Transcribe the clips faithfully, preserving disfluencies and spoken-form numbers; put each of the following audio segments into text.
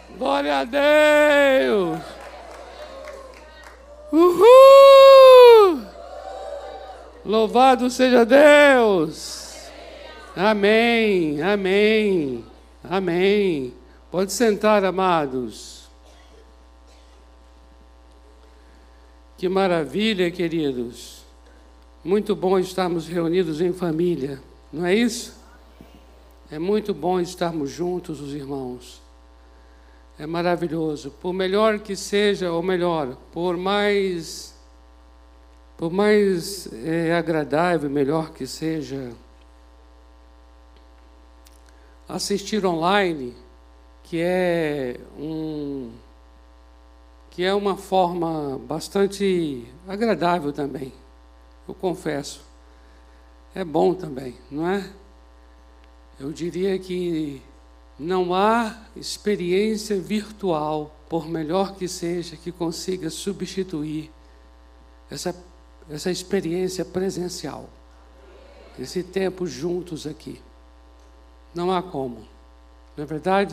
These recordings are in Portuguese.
Glória a Deus! Uhul! Louvado seja Deus! Amém, amém, amém. Pode sentar, amados. Que maravilha, queridos. Muito bom estarmos reunidos em família, não é isso? É muito bom estarmos juntos, os irmãos. É maravilhoso. Por melhor que seja, ou melhor, por mais, por mais é, agradável, melhor que seja, assistir online, que é um, que é uma forma bastante agradável também, eu confesso. É bom também, não é? Eu diria que não há experiência virtual, por melhor que seja, que consiga substituir essa, essa experiência presencial. Esse tempo juntos aqui. Não há como, não é verdade?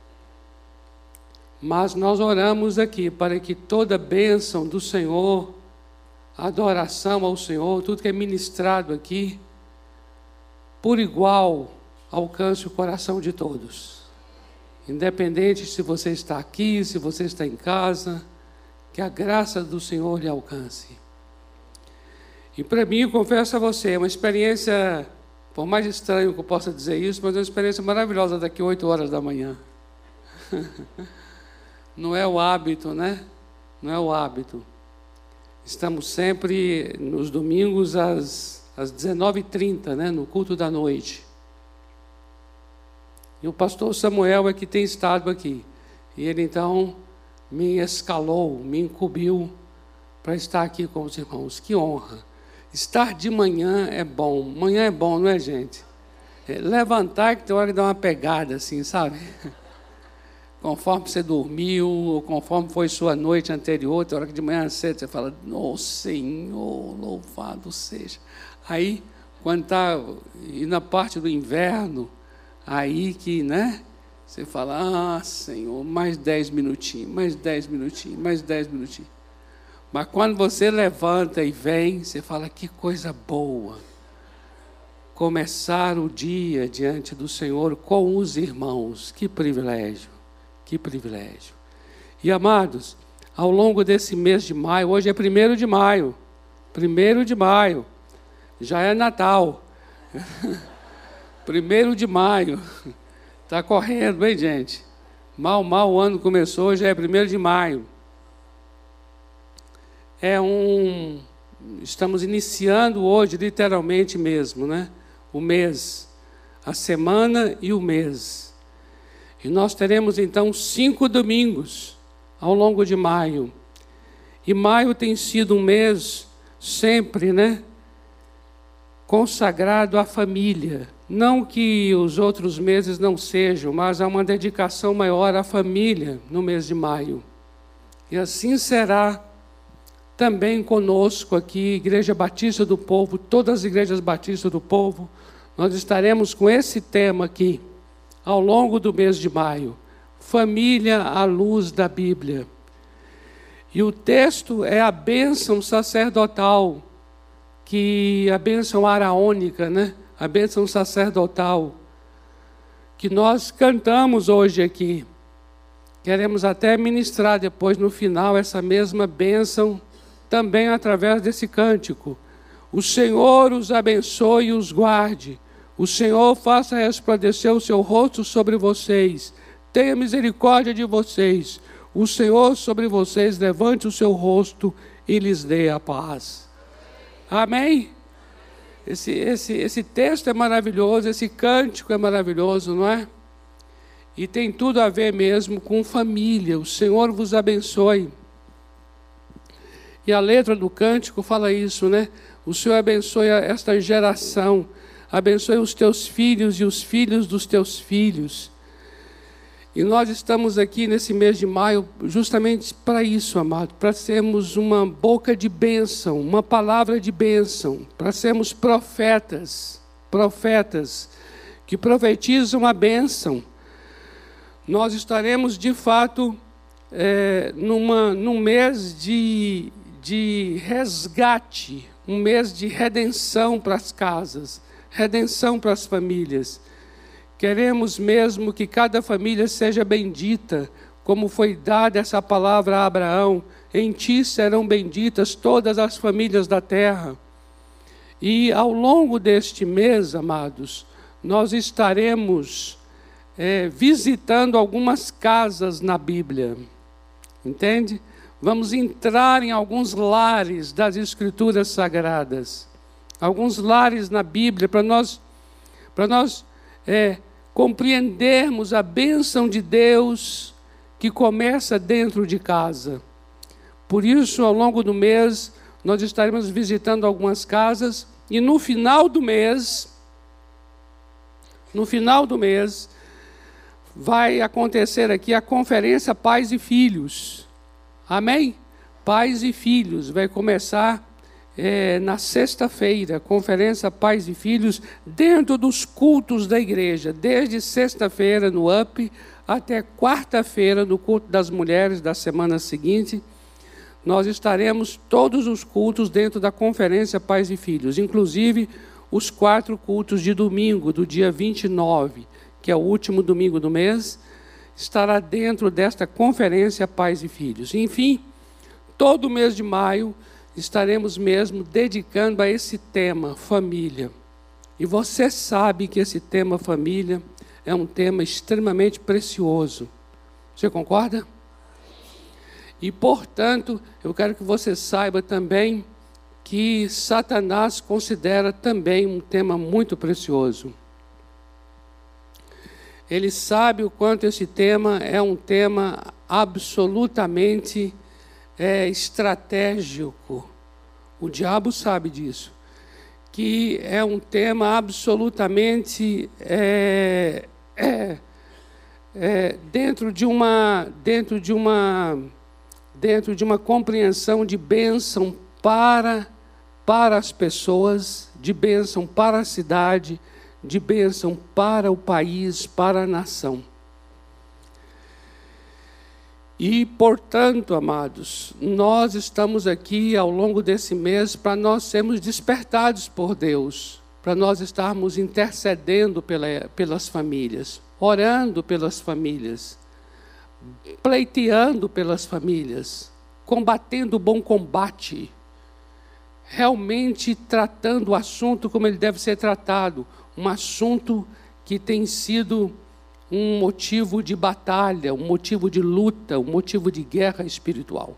Mas nós oramos aqui para que toda bênção do Senhor, adoração ao Senhor, tudo que é ministrado aqui, por igual, alcance o coração de todos. Independente se você está aqui, se você está em casa, que a graça do Senhor lhe alcance. E para mim, eu confesso a você, é uma experiência, por mais estranho que eu possa dizer isso, mas é uma experiência maravilhosa daqui a oito horas da manhã. Não é o hábito, né? Não é o hábito. Estamos sempre nos domingos às, às dezenove e trinta, né? No culto da noite. E o pastor Samuel é que tem estado aqui. E ele então me escalou, me incumbiu para estar aqui com os irmãos. Que honra. Estar de manhã é bom. Manhã é bom, não é, gente? É, levantar que tem hora de dar uma pegada assim, sabe? Conforme você dormiu, ou conforme foi sua noite anterior, tem hora que de manhã cedo você fala, ô Senhor, louvado seja. Aí, quando está, e na parte do inverno, aí que, né, você fala, ah, Senhor, mais dez minutinhos, mais dez minutinhos, mais dez minutinhos. Mas quando você levanta e vem, você fala, que coisa boa. Começar o dia diante do Senhor com os irmãos, que privilégio, que privilégio. E, amados, ao longo desse mês de maio, hoje é primeiro de maio, primeiro de maio, já é Natal. Primeiro de maio, está correndo, hein, gente? Mal, mal o ano começou, já é primeiro de maio. É um... Estamos iniciando hoje, literalmente mesmo, né? O mês, a semana e o mês. E nós teremos, então, cinco domingos ao longo de maio. E maio tem sido um mês sempre, né? Consagrado à família. Não que os outros meses não sejam, mas há uma dedicação maior à família no mês de maio. E assim será também conosco aqui, Igreja Batista do Povo, todas as igrejas batistas do povo, nós estaremos com esse tema aqui, ao longo do mês de maio. Família à luz da Bíblia. E o texto é a bênção sacerdotal, que a bênção araônica, né? A bênção sacerdotal, que nós cantamos hoje aqui. Queremos até ministrar depois, no final, essa mesma bênção, também através desse cântico. O Senhor os abençoe e os guarde. O Senhor faça resplandecer o seu rosto sobre vocês. Tenha misericórdia de vocês. O Senhor sobre vocês levante o seu rosto e lhes dê a paz. Amém? Esse, esse, esse texto é maravilhoso, esse cântico é maravilhoso, não é? E tem tudo a ver mesmo com família. O Senhor vos abençoe. E a letra do cântico fala isso, né? O Senhor abençoe esta geração, abençoe os teus filhos e os filhos dos teus filhos. E nós estamos aqui nesse mês de maio justamente para isso, amado, para sermos uma boca de bênção, uma palavra de bênção, para sermos profetas, profetas que profetizam a bênção. nós estaremos, de fato, é, numa, num mês de, de resgate, um mês de redenção para as casas, redenção para as famílias. Queremos mesmo que cada família seja bendita, como foi dada essa palavra a Abraão: em ti serão benditas todas as famílias da terra. E ao longo deste mês, amados, nós estaremos é, visitando algumas casas na Bíblia, entende? Vamos entrar em alguns lares das Escrituras Sagradas, alguns lares na Bíblia, para nós, para nós é, compreendermos a bênção de Deus que começa dentro de casa. Por isso, ao longo do mês, nós estaremos visitando algumas casas, e no final do mês, no final do mês, vai acontecer aqui a conferência Pais e Filhos. Amém? Pais e Filhos, vai começar é, na sexta-feira, conferência Pais e Filhos, dentro dos cultos da igreja, desde sexta-feira no U P, até quarta-feira no culto das mulheres da semana seguinte. Nós estaremos todos os cultos dentro da conferência Pais e Filhos, inclusive os quatro cultos de domingo, do dia vinte e nove, que é o último domingo do mês, estará dentro desta conferência Pais e Filhos. Enfim, todo o mês de maio estaremos mesmo dedicando a esse tema, família. E você sabe que esse tema família é um tema extremamente precioso. Você concorda? E, portanto, eu quero que você saiba também que Satanás considera também um tema muito precioso. Ele sabe o quanto esse tema é um tema absolutamente é, estratégico. O diabo sabe disso. Que é um tema absolutamente é, é, é, dentro de uma dentro de uma dentro de uma compreensão de bênção para para as pessoas, de bênção para a cidade, de bênção para o país, para a nação. E, portanto, amados, nós estamos aqui ao longo desse mês para nós sermos despertados por Deus, para nós estarmos intercedendo pela, pelas famílias, orando pelas famílias, pleiteando pelas famílias, combatendo o bom combate, realmente tratando o assunto como ele deve ser tratado, um assunto que tem sido um motivo de batalha, um motivo de luta, um motivo de guerra espiritual.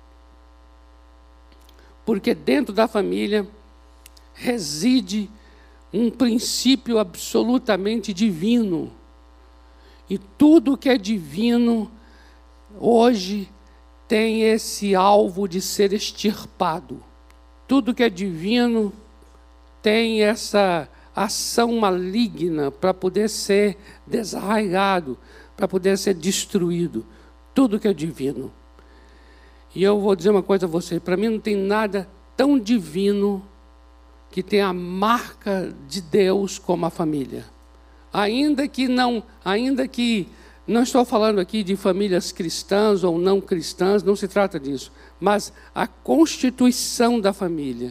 Porque dentro da família reside um princípio absolutamente divino. E tudo que é divino, hoje, tem esse alvo de ser extirpado. Tudo que é divino tem essa ação maligna para poder ser desarraigado, para poder ser destruído. Tudo que é divino. E eu vou dizer uma coisa a você, para mim não tem nada tão divino que tem a marca de Deus como a família. Ainda que não, ainda que não estou falando aqui de famílias cristãs ou não cristãs, não se trata disso, mas a constituição da família.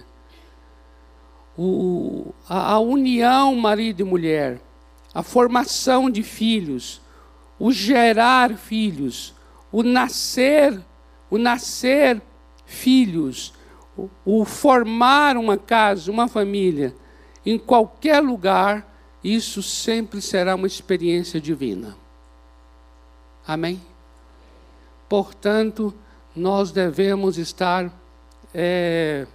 O, a, a união marido e mulher, a formação de filhos, o gerar filhos, o nascer, o nascer filhos, o, o formar uma casa, uma família, em qualquer lugar, isso sempre será uma experiência divina. Amém? Portanto, nós devemos estar é,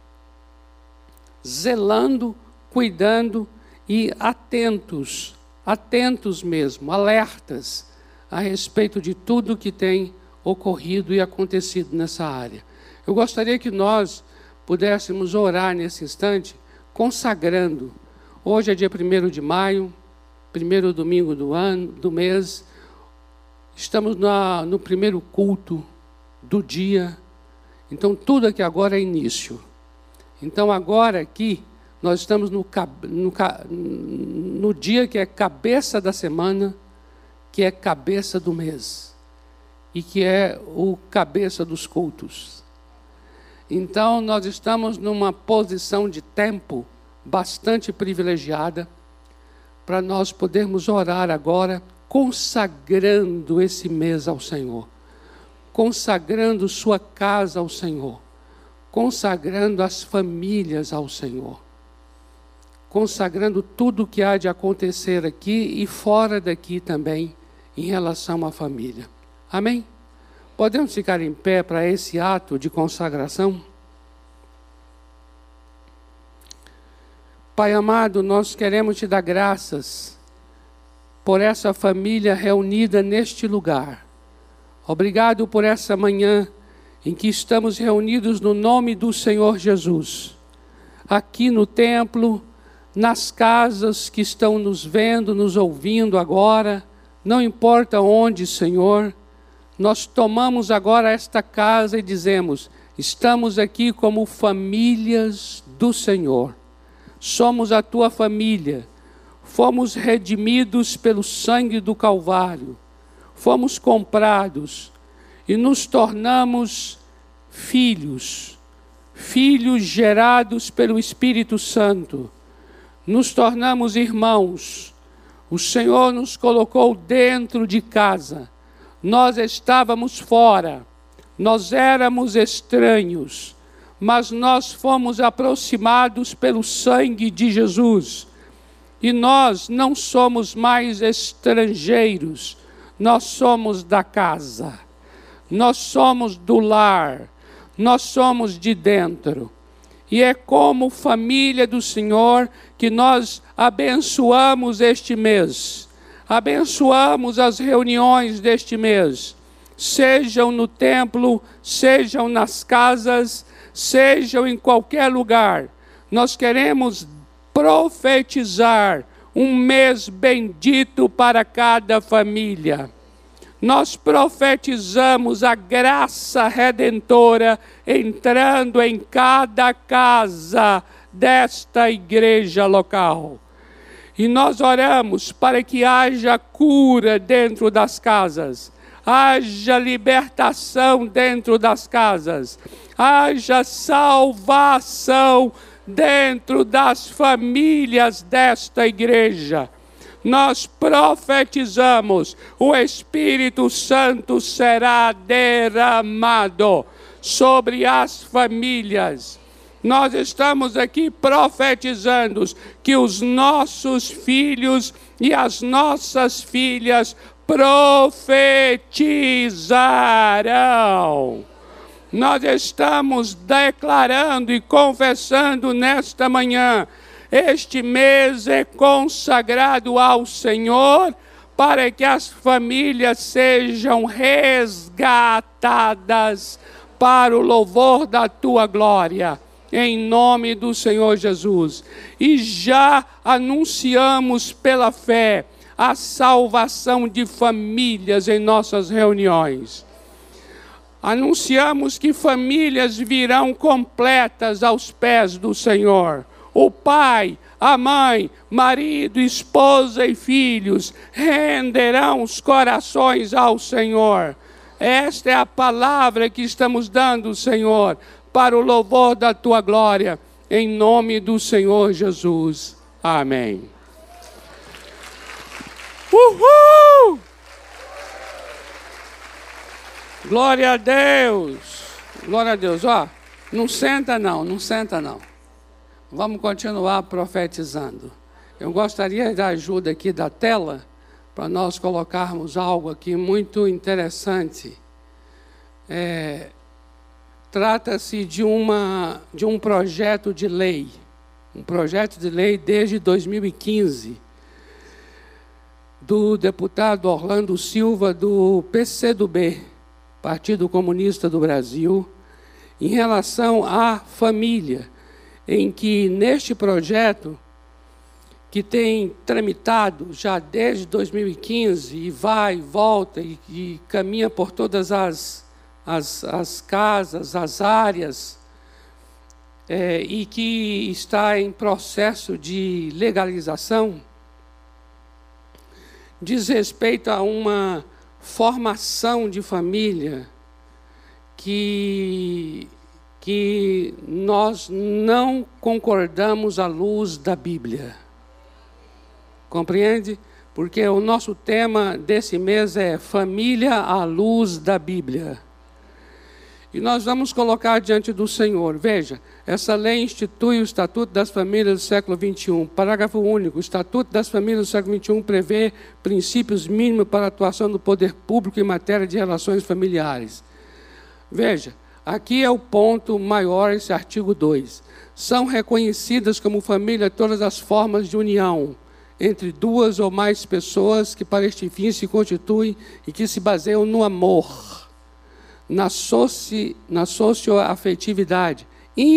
zelando, cuidando e atentos, atentos mesmo, alertas a respeito de tudo que tem ocorrido e acontecido nessa área. Eu gostaria que nós pudéssemos orar nesse instante, consagrando. Hoje é dia primeiro de maio, primeiro domingo do ano, do mês. Estamos na, no primeiro culto do dia. Então, tudo aqui agora é início. Então, agora aqui, nós estamos no, no, no dia que é cabeça da semana, que é cabeça do mês e que é o cabeça dos cultos. Então, nós estamos numa posição de tempo bastante privilegiada para nós podermos orar agora, consagrando esse mês ao Senhor, consagrando sua casa ao Senhor, consagrando as famílias ao Senhor, consagrando tudo o que há de acontecer aqui e fora daqui também, em relação à família. Amém? Podemos ficar em pé para esse ato de consagração? Pai amado, nós queremos te dar graças por essa família reunida neste lugar. Obrigado por essa manhã em que estamos reunidos no nome do Senhor Jesus. Aqui no templo, nas casas que estão nos vendo, nos ouvindo agora, não importa onde, Senhor, nós tomamos agora esta casa e dizemos, estamos aqui como famílias do Senhor. Somos a tua família, fomos redimidos pelo sangue do Calvário, fomos comprados e nos tornamos filhos, filhos gerados pelo Espírito Santo, nos tornamos irmãos. O Senhor nos colocou dentro de casa, nós estávamos fora, nós éramos estranhos, mas nós fomos aproximados pelo sangue de Jesus. E nós não somos mais estrangeiros, nós somos da casa, nós somos do lar, nós somos de dentro. E é como família do Senhor que nós abençoamos este mês, abençoamos as reuniões deste mês, sejam no templo, sejam nas casas, sejam em qualquer lugar. Nós queremos profetizar um mês bendito para cada família. Nós profetizamos a graça redentora entrando em cada casa desta igreja local. E nós oramos para que haja cura dentro das casas, haja libertação dentro das casas, haja salvação dentro das famílias desta igreja. Nós profetizamos, o Espírito Santo será derramado sobre as famílias. Nós estamos aqui profetizando que os nossos filhos e as nossas filhas profetizarão. Nós estamos declarando e confessando nesta manhã, este mês é consagrado ao Senhor, para que as famílias sejam resgatadas para o louvor da tua glória, em nome do Senhor Jesus. E já anunciamos pela fé a salvação de famílias em nossas reuniões. Anunciamos que famílias virão completas aos pés do Senhor. O pai, a mãe, marido, esposa e filhos renderão os corações ao Senhor. Esta é a palavra que estamos dando, Senhor, para o louvor da tua glória, em nome do Senhor Jesus. Amém. Uhul! Glória a Deus! Glória a Deus. Ó, não senta não, não senta não. Vamos continuar profetizando. Eu gostaria da ajuda aqui da tela, para nós colocarmos algo aqui muito interessante. É, trata-se de, uma, de um projeto de lei, um projeto de lei desde dois mil e quinze, do deputado Orlando Silva, do P C do B, Partido Comunista do Brasil, em relação à família, em que neste projeto, que tem tramitado já desde dois mil e quinze, e vai, volta, e, e caminha por todas as, as, as casas, as áreas, é, e que está em processo de legalização, diz respeito a uma formação de família que, que nós não concordamos à luz da Bíblia. Compreende? Porque o nosso tema desse mês é Família à luz da Bíblia. E nós vamos colocar diante do Senhor. Veja, essa lei institui o Estatuto das Famílias do século vinte e um. Parágrafo único. O Estatuto das Famílias do século vinte e um prevê princípios mínimos para a atuação do poder público em matéria de relações familiares. Veja, aqui é o ponto maior, esse artigo dois. São reconhecidas como família todas as formas de união entre duas ou mais pessoas que para este fim se constituem e que se baseiam no amor, na, soci, na socioafetividade,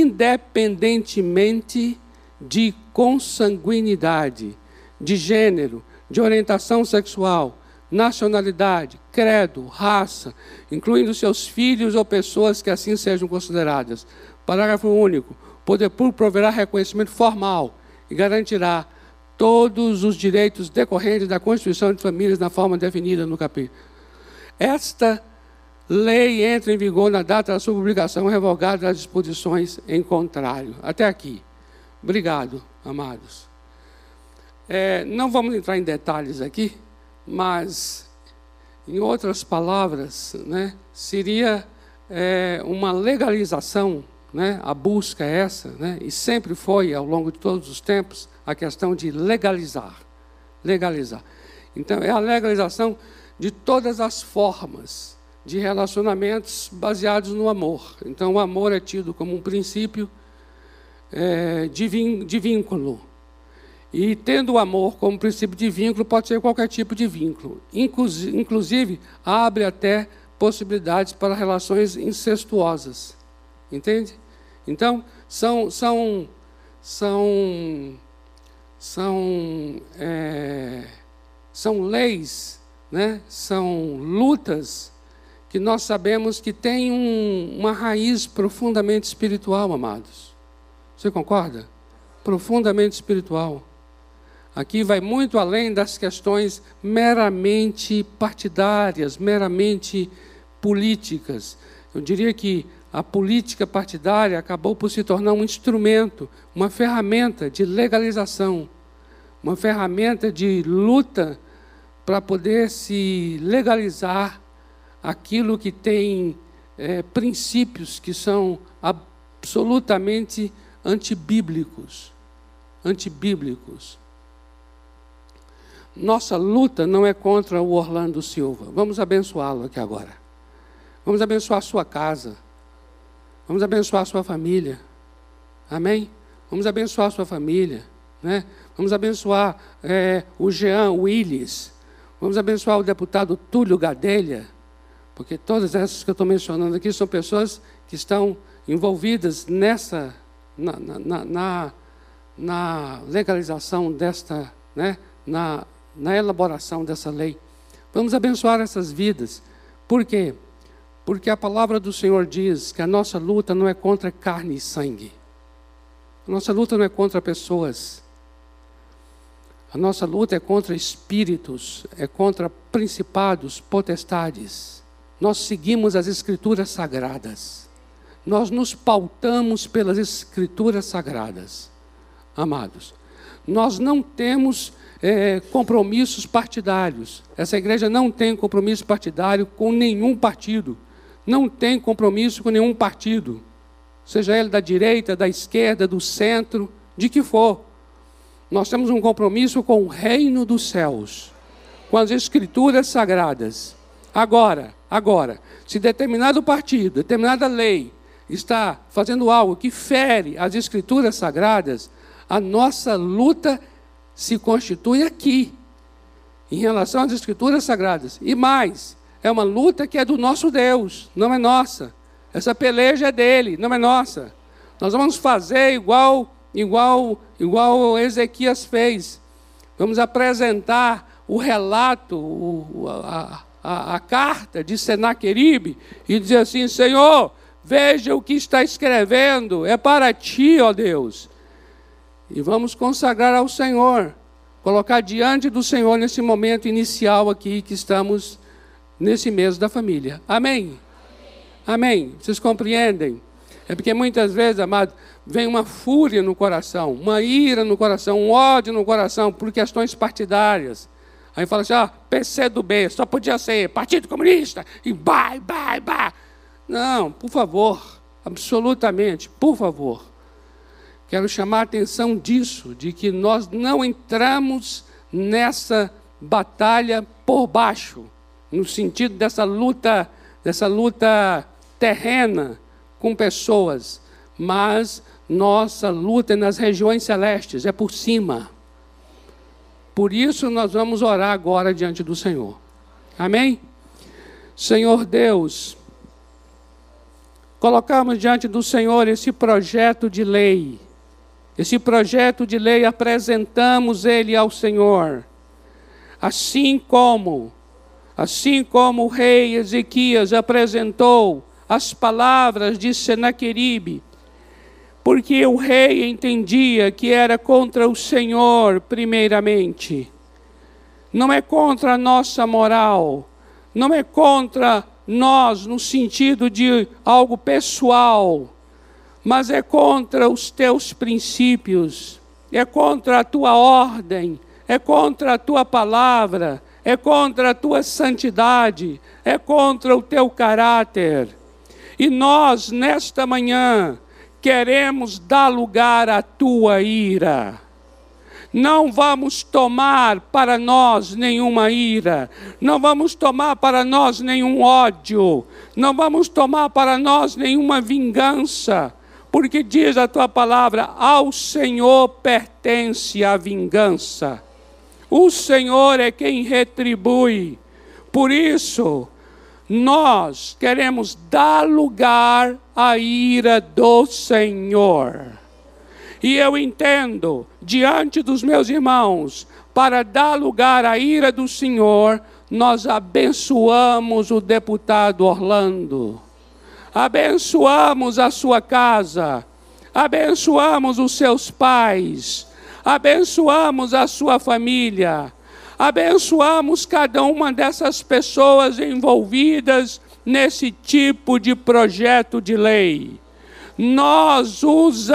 independentemente de consanguinidade, de gênero, de orientação sexual, nacionalidade, credo, raça, incluindo seus filhos ou pessoas que assim sejam consideradas. Parágrafo único. O poder público proverá reconhecimento formal e garantirá todos os direitos decorrentes da Constituição de Famílias na forma definida no capítulo. Esta lei entra em vigor na data da sua publicação, revogada das disposições em contrário. Até aqui. Obrigado, amados. É, não vamos entrar em detalhes aqui, mas, em outras palavras, né, seria é, uma legalização, né, a busca é essa, né, e sempre foi, ao longo de todos os tempos, a questão de legalizar. Legalizar. Então, é a legalização de todas as formas de relacionamentos baseados no amor. Então, o amor é tido como um princípio é, de, vin, de vínculo. E, tendo o amor como princípio de vínculo, pode ser qualquer tipo de vínculo. Inclusive, abre até possibilidades para relações incestuosas. Entende? Então, são... são, são São, é, são leis, né? São lutas que nós sabemos que têm um, uma raiz profundamente espiritual, amados. Você concorda? Profundamente espiritual. Aqui vai muito além das questões meramente partidárias, meramente políticas. Eu diria que a política partidária acabou por se tornar um instrumento, uma ferramenta de legalização, uma ferramenta de luta para poder se legalizar aquilo que tem é, princípios que são absolutamente antibíblicos. Antibíblicos. Nossa luta não é contra o Orlando Silva. Vamos abençoá-lo aqui agora. Vamos abençoar a sua casa. Vamos abençoar a sua família. Amém? Vamos abençoar a sua família. Né? Vamos abençoar é, o Jean Willis. Vamos abençoar o deputado Túlio Gadelha. Porque todas essas que eu estou mencionando aqui são pessoas que estão envolvidas nessa, na, na, na, na legalização desta, né? na, na elaboração dessa lei. Vamos abençoar essas vidas. Por quê? Porque a palavra do Senhor diz que a nossa luta não é contra carne e sangue. A nossa luta não é contra pessoas. A nossa luta é contra espíritos, é contra principados, potestades. Nós seguimos as Escrituras Sagradas. Nós nos pautamos pelas Escrituras Sagradas. Amados, nós não temos é, compromissos partidários. Essa igreja não tem compromisso partidário com nenhum partido. Não tem compromisso com nenhum partido, seja ele da direita, da esquerda, do centro, de que for. Nós temos um compromisso com o reino dos céus, com as Escrituras Sagradas. Agora, agora, se determinado partido, determinada lei, está fazendo algo que fere as Escrituras Sagradas, a nossa luta se constitui aqui, em relação às Escrituras Sagradas. E mais, é uma luta que é do nosso Deus, não é nossa. Essa peleja é dele, não é nossa. Nós vamos fazer igual, igual, igual Ezequias fez. Vamos apresentar o relato, o, a, a, a carta de Senaqueribe e dizer assim: Senhor, veja o que está escrevendo, é para ti, ó Deus. E vamos consagrar ao Senhor colocar diante do Senhor nesse momento inicial aqui que estamos nesse mês da família. Amém? Amém? Amém. Vocês compreendem? É porque muitas vezes, amado, vem uma fúria no coração, uma ira no coração, um ódio no coração por questões partidárias. Aí fala assim, ah, P C do B, só podia ser Partido Comunista, e vai, vai, vai. Não, por favor, absolutamente, por favor. Quero chamar a atenção disso, de que nós não entramos nessa batalha por baixo, no sentido dessa luta, dessa luta terrena com pessoas, mas nossa luta é nas regiões celestes, é por cima. Por isso nós vamos orar agora diante do Senhor. Amém? Senhor Deus, colocamos diante do Senhor esse projeto de lei. Esse projeto de lei, apresentamos ele ao Senhor. Assim como, assim como o rei Ezequias apresentou as palavras de Senaqueribe, porque o rei entendia que era contra o Senhor primeiramente. Não é contra a nossa moral, não é contra nós no sentido de algo pessoal, mas é contra os teus princípios, é contra a tua ordem, é contra a tua palavra, é contra a tua santidade, é contra o teu caráter. E nós, nesta manhã, queremos dar lugar à tua ira. Não vamos tomar para nós nenhuma ira, não vamos tomar para nós nenhum ódio, não vamos tomar para nós nenhuma vingança, porque diz a tua palavra, ao Senhor pertence a vingança. O Senhor é quem retribui. Por isso, nós queremos dar lugar à ira do Senhor. E eu entendo, diante dos meus irmãos, para dar lugar à ira do Senhor, nós abençoamos o deputado Orlando. Abençoamos a sua casa. Abençoamos os seus pais. Abençoamos a sua família. Abençoamos cada uma dessas pessoas envolvidas nesse tipo de projeto de lei. Nós os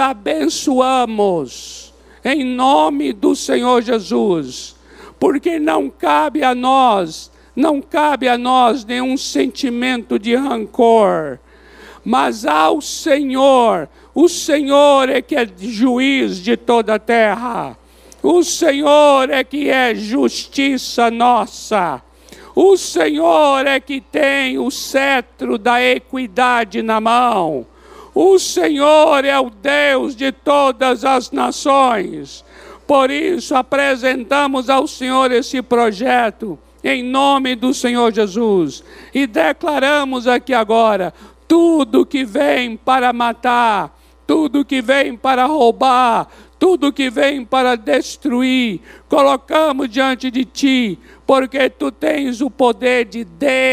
abençoamos em nome do Senhor Jesus, porque não cabe a nós, não cabe a nós nenhum sentimento de rancor, mas ao Senhor, o Senhor é que é juiz de toda a terra. O Senhor é que é justiça nossa. O Senhor é que tem o cetro da equidade na mão. O Senhor é o Deus de todas as nações. Por isso apresentamos ao Senhor esse projeto, em nome do Senhor Jesus. E declaramos aqui agora, tudo que vem para matar, tudo que vem para roubar, tudo que vem para destruir, colocamos diante de ti, porque tu tens o poder de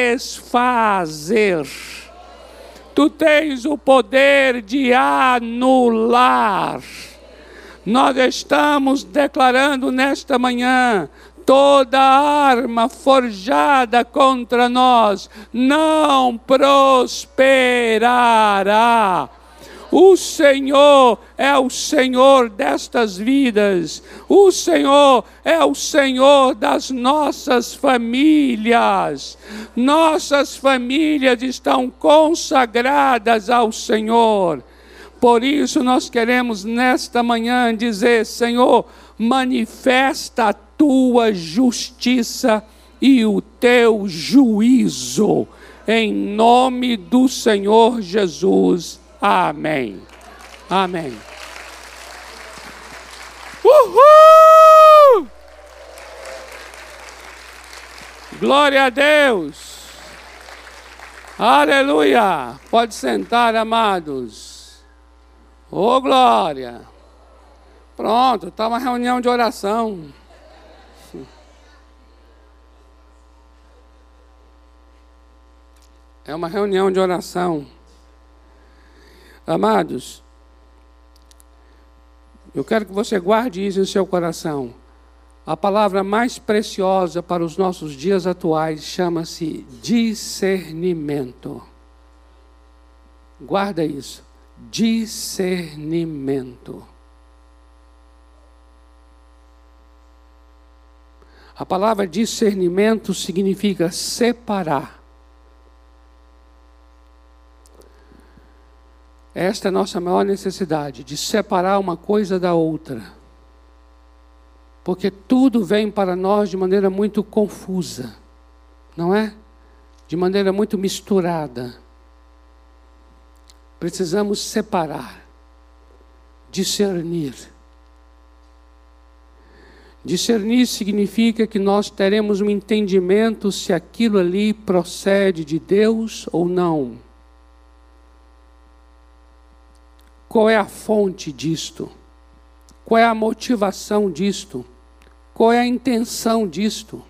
desfazer. Tu tens o poder de anular. Nós estamos declarando nesta manhã, toda arma forjada contra nós não prosperará. O Senhor é o Senhor destas vidas. O Senhor é o Senhor das nossas famílias. Nossas famílias estão consagradas ao Senhor. Por isso nós queremos nesta manhã dizer, Senhor, manifesta a tua justiça e o teu juízo. Em nome do Senhor Jesus. Amém. Amém. Uhul! Glória a Deus. Aleluia. Pode sentar, amados. Ô, glória. Pronto, está uma reunião de oração. É uma reunião de oração. Amados, eu quero que você guarde isso em seu coração. a palavra mais preciosa para os nossos dias atuais chama-se discernimento. Guarda isso. Discernimento. A palavra discernimento significa separar. Esta é a nossa maior necessidade, de separar uma coisa da outra. Porque tudo vem para nós de maneira muito confusa, não é? De maneira muito misturada. Precisamos separar, discernir. Discernir significa que nós teremos um entendimento se aquilo ali procede de Deus ou não. Qual é a fonte disto? Qual é a motivação disto? Qual é a intenção disto?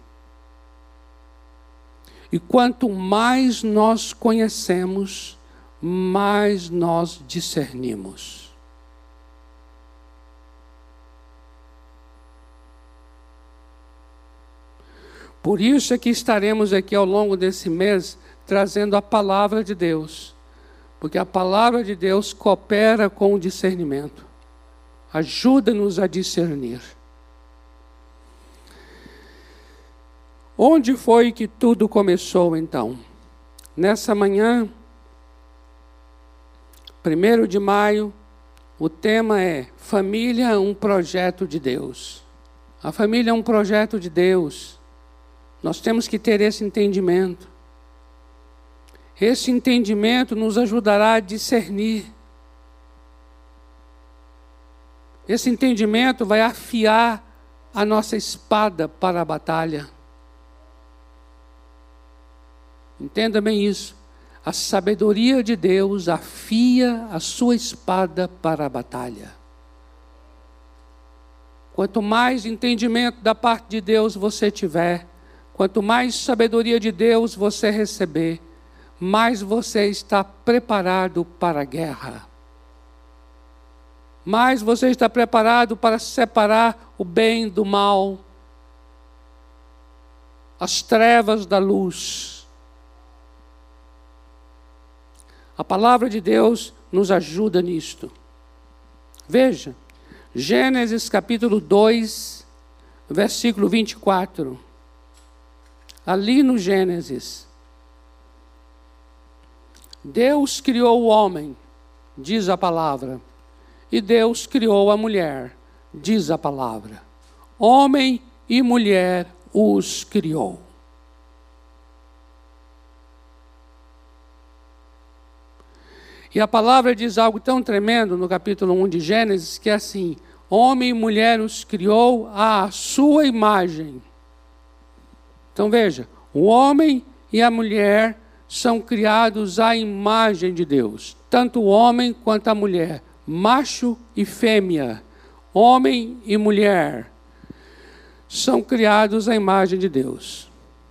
E quanto mais nós conhecemos, mais nós discernimos. Por isso é que estaremos aqui ao longo desse mês trazendo a palavra de Deus. Porque a palavra de Deus coopera com o discernimento. Ajuda-nos a discernir. Onde foi que tudo começou então? Nessa manhã, primeiro de maio, o tema é Família, um projeto de Deus. A família é um projeto de Deus. Nós temos que ter esse entendimento. Esse entendimento nos ajudará a discernir. Esse entendimento vai afiar a nossa espada para a batalha. Entenda bem isso. A sabedoria de Deus afia a sua espada para a batalha. Quanto mais entendimento da parte de Deus você tiver, quanto mais sabedoria de Deus você receber, mais você está preparado para a guerra. Mais você está preparado para separar o bem do mal, as trevas da luz. A palavra de Deus nos ajuda nisto. Veja, Gênesis capítulo dois, versículo vinte e quatro. Ali no Gênesis, Deus criou o homem, diz a palavra, e Deus criou a mulher, diz a palavra. Homem e mulher os criou. E a palavra diz algo tão tremendo no capítulo um de Gênesis, que é assim: homem e mulher os criou à sua imagem. Então veja, o homem e a mulher são criados à imagem de Deus. Tanto o homem quanto a mulher, macho e fêmea, homem e mulher, são criados à imagem de Deus.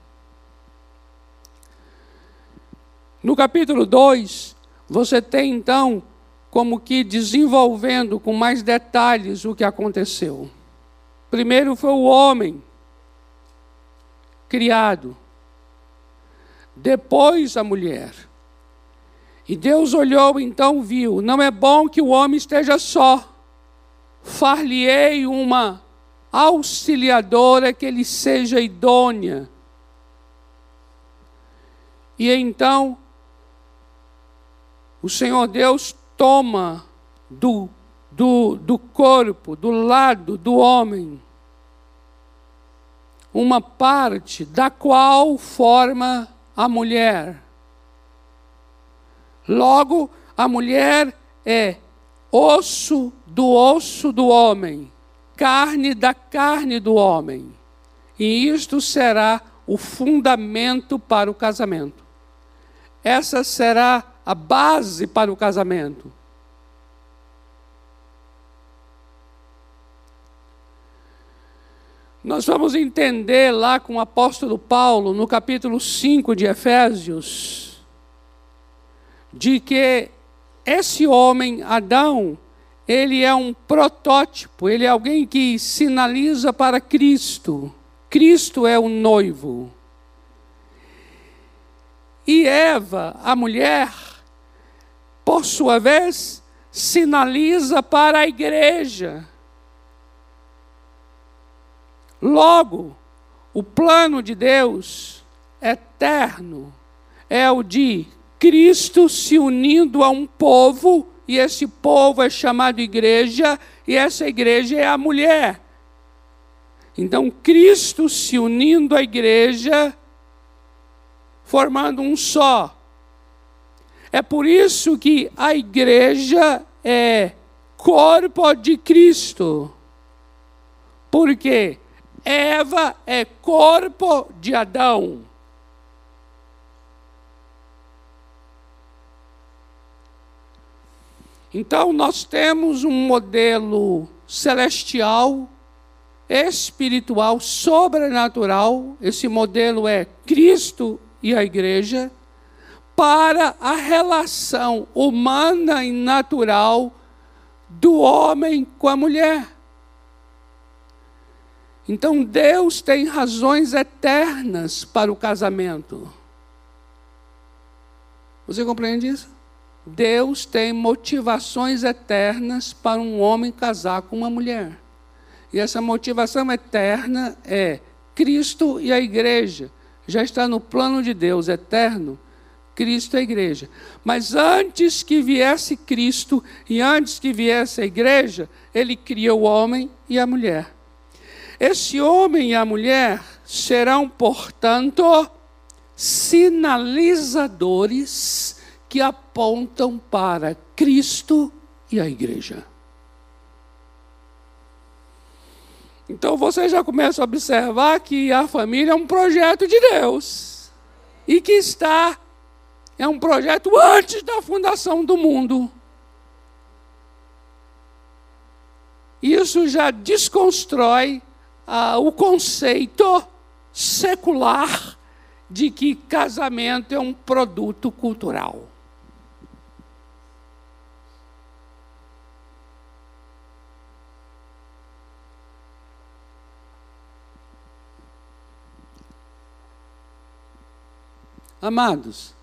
No capítulo dois, você tem então como que desenvolvendo com mais detalhes o que aconteceu. Primeiro foi o homem criado, depois a mulher. E Deus olhou, então viu, não é bom que o homem esteja só. Far-lhe-ei uma auxiliadora que lhe seja idônea. E então o Senhor Deus toma do, do, do corpo, do lado do homem, uma parte da qual forma a mulher. Logo, a mulher é osso do osso do homem, carne da carne do homem. E isto será o fundamento para o casamento. Essa será a base para o casamento. Nós vamos entender lá com o apóstolo Paulo, no capítulo cinco de Efésios, de que esse homem, Adão, ele é um protótipo, ele é alguém que sinaliza para Cristo. Cristo é o noivo. E Eva, a mulher, por sua vez, sinaliza para a igreja. Logo, o plano de Deus eterno é o de Cristo se unindo a um povo, e esse povo é chamado igreja, e essa igreja é a mulher. Então, Cristo se unindo à igreja, formando um só. É por isso que a igreja é corpo de Cristo. Porque Eva é corpo de Adão. Então, nós temos um modelo celestial, espiritual, sobrenatural. Esse modelo é Cristo e a igreja, para a relação humana e natural do homem com a mulher. Então, Deus tem razões eternas para o casamento. Você compreende isso? Deus tem motivações eternas para um homem casar com uma mulher. E essa motivação eterna é Cristo e a igreja. Já está no plano de Deus eterno, Cristo e a igreja. Mas antes que viesse Cristo e antes que viesse a igreja, ele criou o homem e a mulher. Esse homem e a mulher serão, portanto, sinalizadores que apontam para Cristo e a igreja. Então você já começa a observar que a família é um projeto de Deus. E que está, é um projeto antes da fundação do mundo. Isso já desconstrói ah, o conceito secular de que casamento é um produto cultural. Amados,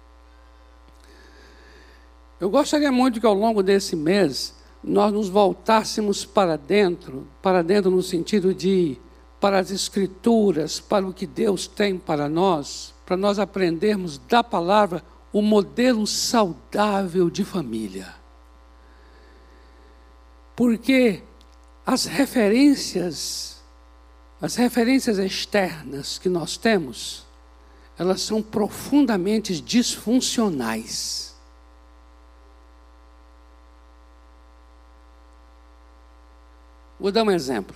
eu gostaria muito que ao longo desse mês nós nos voltássemos para dentro, para dentro no sentido de para as Escrituras, para o que Deus tem para nós, para nós aprendermos da palavra o modelo saudável de família. Porque as referências, as referências externas que nós temos, elas são profundamente disfuncionais. Vou dar um exemplo.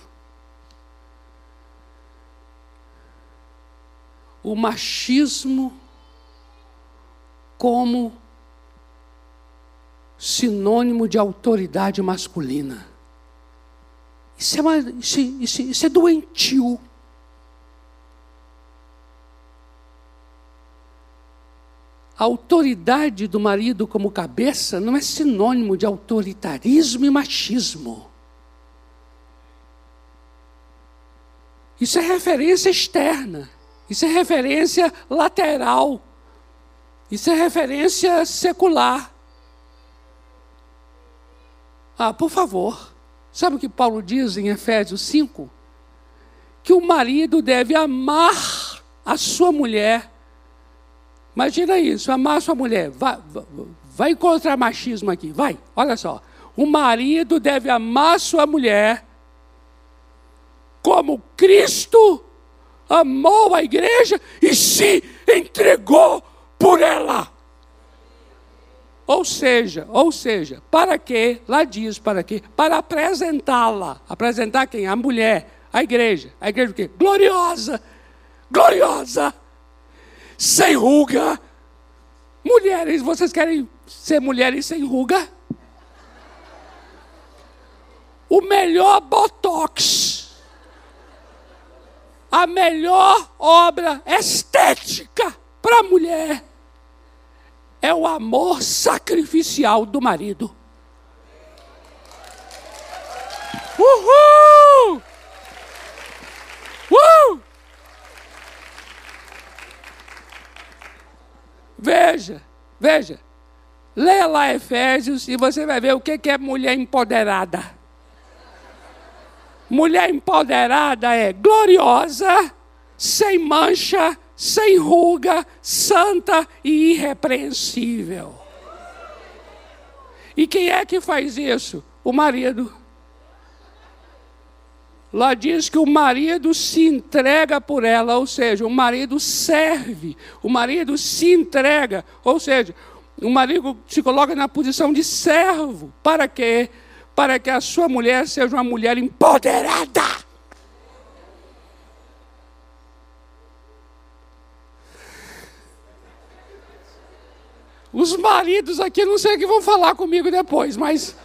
O machismo como sinônimo de autoridade masculina. Isso é, uma, isso, isso, isso é doentio. A autoridade do marido como cabeça não é sinônimo de autoritarismo e machismo. Isso é referência externa. Isso é referência lateral. Isso é referência secular. Ah, por favor. Sabe o que Paulo diz em Efésios cinco? Que o marido deve amar a sua mulher. Imagina isso, amar a sua mulher. Vai, vai, vai encontrar machismo aqui, vai. Olha só. O marido deve amar a sua mulher como Cristo amou a igreja e se entregou por ela. Ou seja, ou seja, para quê? Lá diz para quê? Para apresentá-la. Apresentar quem? A mulher, a igreja. A igreja o quê? Gloriosa, gloriosa, sem ruga. Mulheres, vocês querem ser mulheres sem ruga? O melhor botox. A melhor obra estética para a mulher é o amor sacrificial do marido. Veja, veja. Leia lá Efésios e você vai ver o que é mulher empoderada. Mulher empoderada é gloriosa, sem mancha, sem ruga, santa e irrepreensível. E quem é que faz isso? O marido. Lá diz que o marido se entrega por ela, ou seja, o marido serve, o marido se entrega, ou seja, o marido se coloca na posição de servo. Para quê? Para que a sua mulher seja uma mulher empoderada. Os maridos aqui, não sei o que vão falar comigo depois, mas...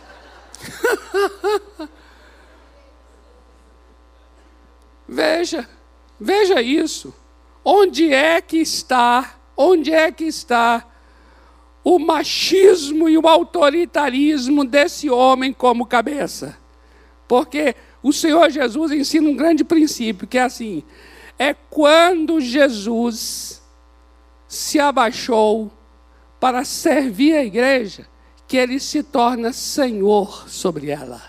Veja, veja isso. Onde é que está, onde é que está o machismo e o autoritarismo desse homem como cabeça? Porque o Senhor Jesus ensina um grande princípio, que é assim, é quando Jesus se abaixou para servir a igreja, que ele se torna Senhor sobre ela.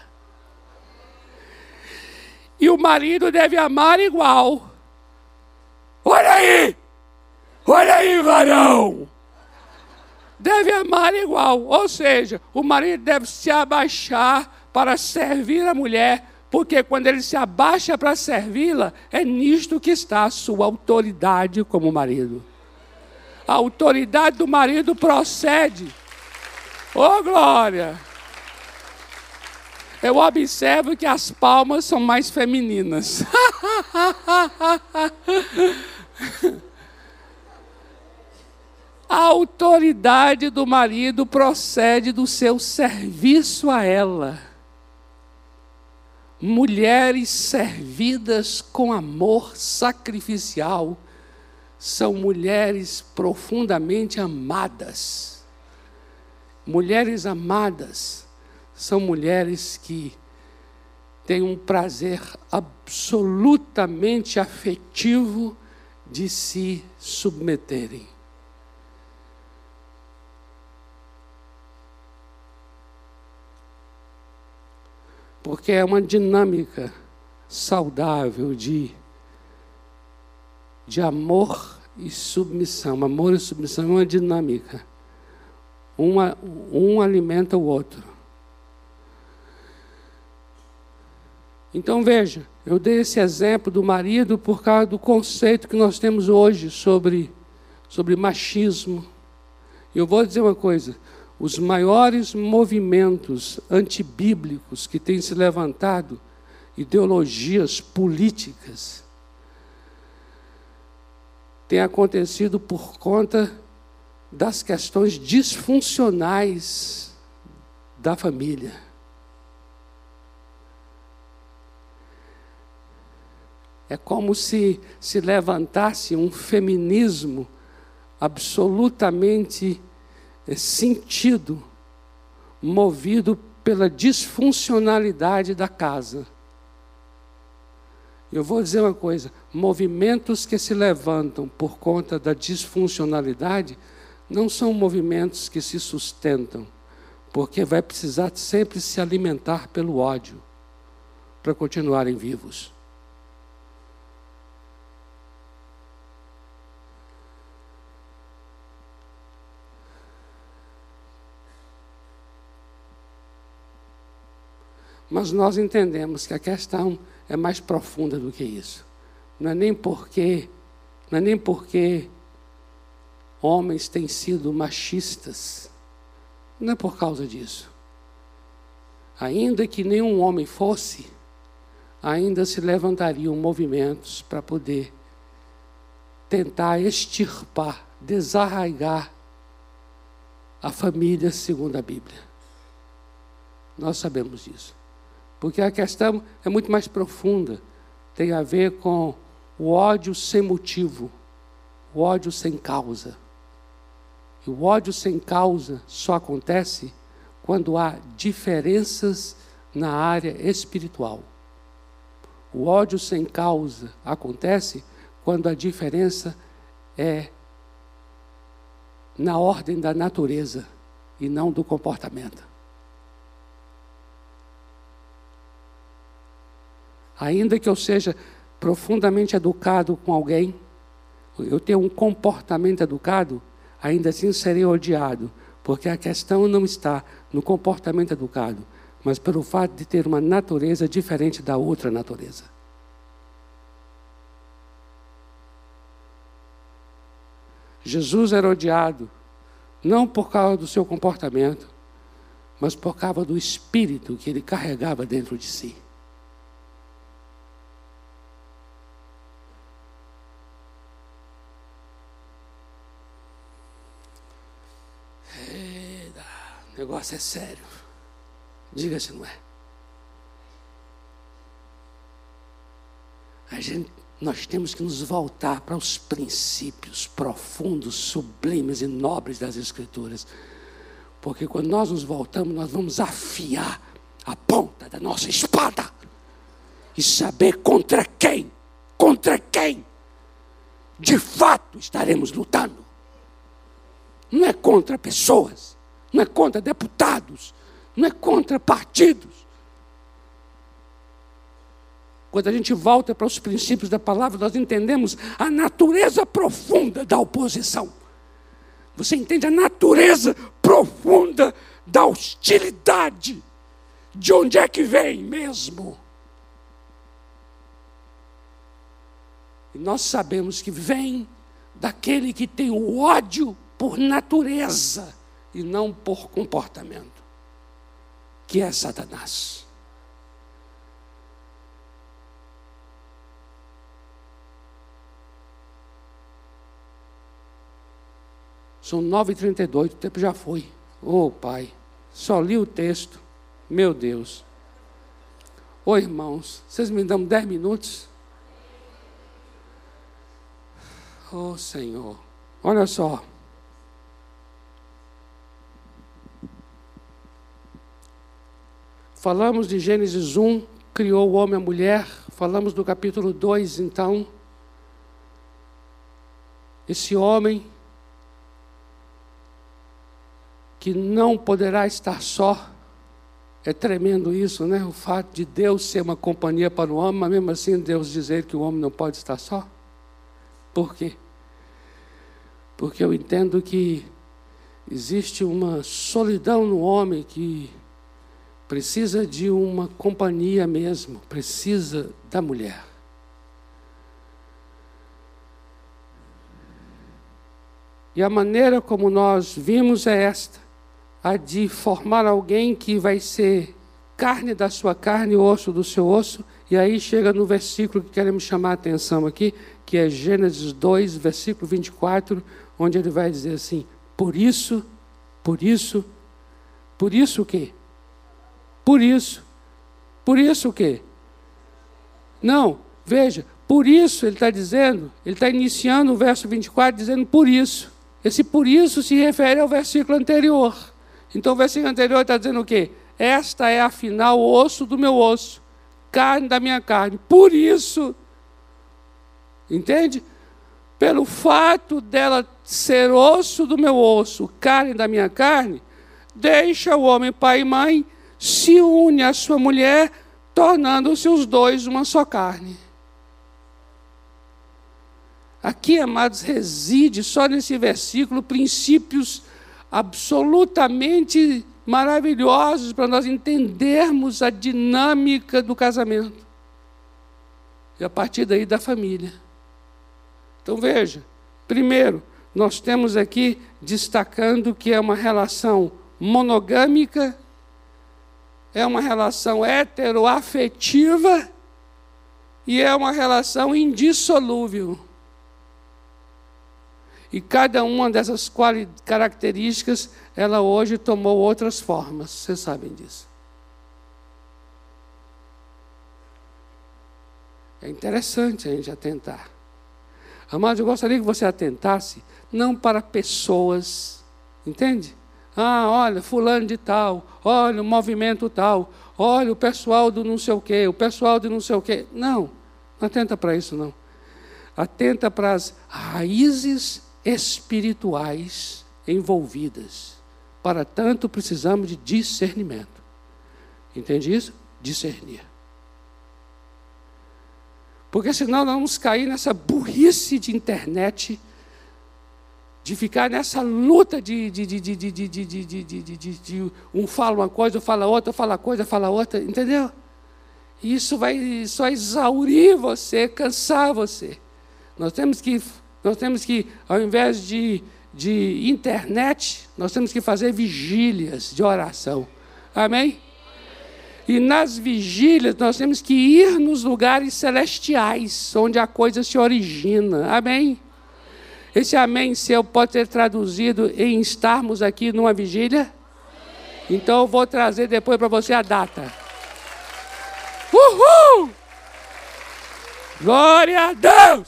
E o marido deve amar igual. Olha aí! Olha aí, varão! Deve amar igual. Ou seja, o marido deve se abaixar para servir a mulher, porque quando ele se abaixa para servi-la, é nisto que está a sua autoridade como marido. A autoridade do marido procede. Ô, glória! Eu observo que as palmas são mais femininas. A autoridade do marido procede do seu serviço a ela. Mulheres servidas com amor sacrificial são mulheres profundamente amadas. Mulheres amadas são mulheres que têm um prazer absolutamente afetivo de se submeterem. Porque é uma dinâmica saudável de, de amor e submissão. Amor e submissão é uma dinâmica. Uma, um alimenta o outro. Então veja, eu dei esse exemplo do marido por causa do conceito que nós temos hoje sobre, sobre machismo. E eu vou dizer uma coisa, os maiores movimentos antibíblicos que têm se levantado, ideologias políticas, têm acontecido por conta das questões disfuncionais da família. É como se se levantasse um feminismo absolutamente sentido, movido pela disfuncionalidade da casa. Eu vou dizer uma coisa, movimentos que se levantam por conta da disfuncionalidade não são movimentos que se sustentam, porque vai precisar sempre se alimentar pelo ódio para continuarem vivos. Mas nós entendemos que a questão é mais profunda do que isso. Não é nem porque, não é nem porque homens têm sido machistas. Não é por causa disso. Ainda que nenhum homem fosse, ainda se levantariam movimentos para poder tentar extirpar, desarraigar a família segundo a Bíblia. Nós sabemos disso. Porque a questão é muito mais profunda. Tem a ver com o ódio sem motivo, o ódio sem causa. E o ódio sem causa só acontece quando há diferenças na área espiritual. O ódio sem causa acontece quando a diferença é na ordem da natureza e não do comportamento. Ainda que eu seja profundamente educado com alguém, eu tenho um comportamento educado, ainda assim serei odiado, porque a questão não está no comportamento educado, mas pelo fato de ter uma natureza diferente da outra natureza. Jesus era odiado, não por causa do seu comportamento, mas por causa do espírito que ele carregava dentro de si. Eita, o negócio é sério. Diga se não é. A gente, nós temos que nos voltar para os princípios profundos, sublimes e nobres das Escrituras. Porque quando nós nos voltamos, nós vamos afiar a ponta da nossa espada e saber contra quem, contra quem, de fato estaremos lutando. Não é contra pessoas, não é contra deputados, não é contra partidos. Quando a gente volta para os princípios da palavra, nós entendemos a natureza profunda da oposição. Você entende a natureza profunda da hostilidade. De onde é que vem mesmo? E nós sabemos que vem daquele que tem o ódio por natureza e não por comportamento, que é Satanás. São nove e trinta e dois, o tempo já foi. Oh, Pai, só li o texto. Meu Deus. Ô, irmãos, vocês me dão dez minutos? Oh, Senhor. Olha só. Falamos de Gênesis um, criou o homem e a mulher. Falamos do capítulo dois, então. Esse homem que não poderá estar só. É tremendo isso, né? O fato de Deus ser uma companhia para o homem, mas mesmo assim Deus dizer que o homem não pode estar só. Por quê? Porque eu entendo que existe uma solidão no homem que precisa de uma companhia mesmo, precisa da mulher. E a maneira como nós vimos é esta: a de formar alguém que vai ser carne da sua carne, osso do seu osso. E aí chega no versículo que queremos chamar a atenção aqui, que é Gênesis dois, versículo vinte e quatro, onde ele vai dizer assim: por isso, por isso, por isso o quê? Por isso, por isso o quê? Não, veja, por isso ele está dizendo, ele está iniciando o verso vinte e quatro dizendo por isso. Esse por isso se refere ao versículo anterior. Então o versículo anterior está dizendo o quê? Esta é afinal o osso do meu osso, carne da minha carne. Por isso, entende? Pelo fato dela ser osso do meu osso, carne da minha carne, deixa o homem pai e mãe, se une à sua mulher, tornando-se os dois uma só carne. Aqui, amados, reside só nesse versículo princípios absolutamente maravilhosos para nós entendermos a dinâmica do casamento. E a partir daí da família. Então veja, primeiro, nós temos aqui destacando que é uma relação monogâmica, é uma relação heteroafetiva e é uma relação indissolúvel. E cada uma dessas características, ela hoje tomou outras formas, vocês sabem disso. É interessante a gente atentar. Amados, eu gostaria que você atentasse, não para pessoas, entende? Ah, olha, fulano de tal, olha o movimento tal, olha o pessoal do não sei o quê, o pessoal do não sei o quê. Não, não atenta para isso, não. Atenta para as raízes espirituais envolvidas. Para tanto, precisamos de discernimento. Entende isso? Discernir. Porque senão nós vamos cair nessa burrice de internet, de ficar nessa luta de, de, de, de, de, de, de, de, de, de, de, de um fala uma coisa, fala outra, fala coisa, fala outra, entendeu? E isso vai só exaurir você, cansar você. Nós temos que, nós temos que ao invés de, de internet, nós temos que fazer vigílias de oração. Amém? E nas vigílias nós temos que ir nos lugares celestiais, onde a coisa se origina. Amém? Esse amém seu pode ser traduzido em estarmos aqui numa vigília? Então eu vou trazer depois para você a data. Uhul! Glória a Deus!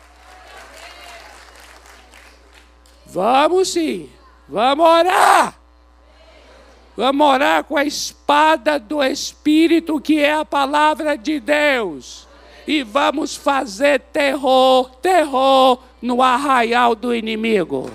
Vamos sim, vamos orar. Vamos orar com a espada do Espírito, que é a palavra de Deus. E vamos fazer terror, terror no arraial do inimigo.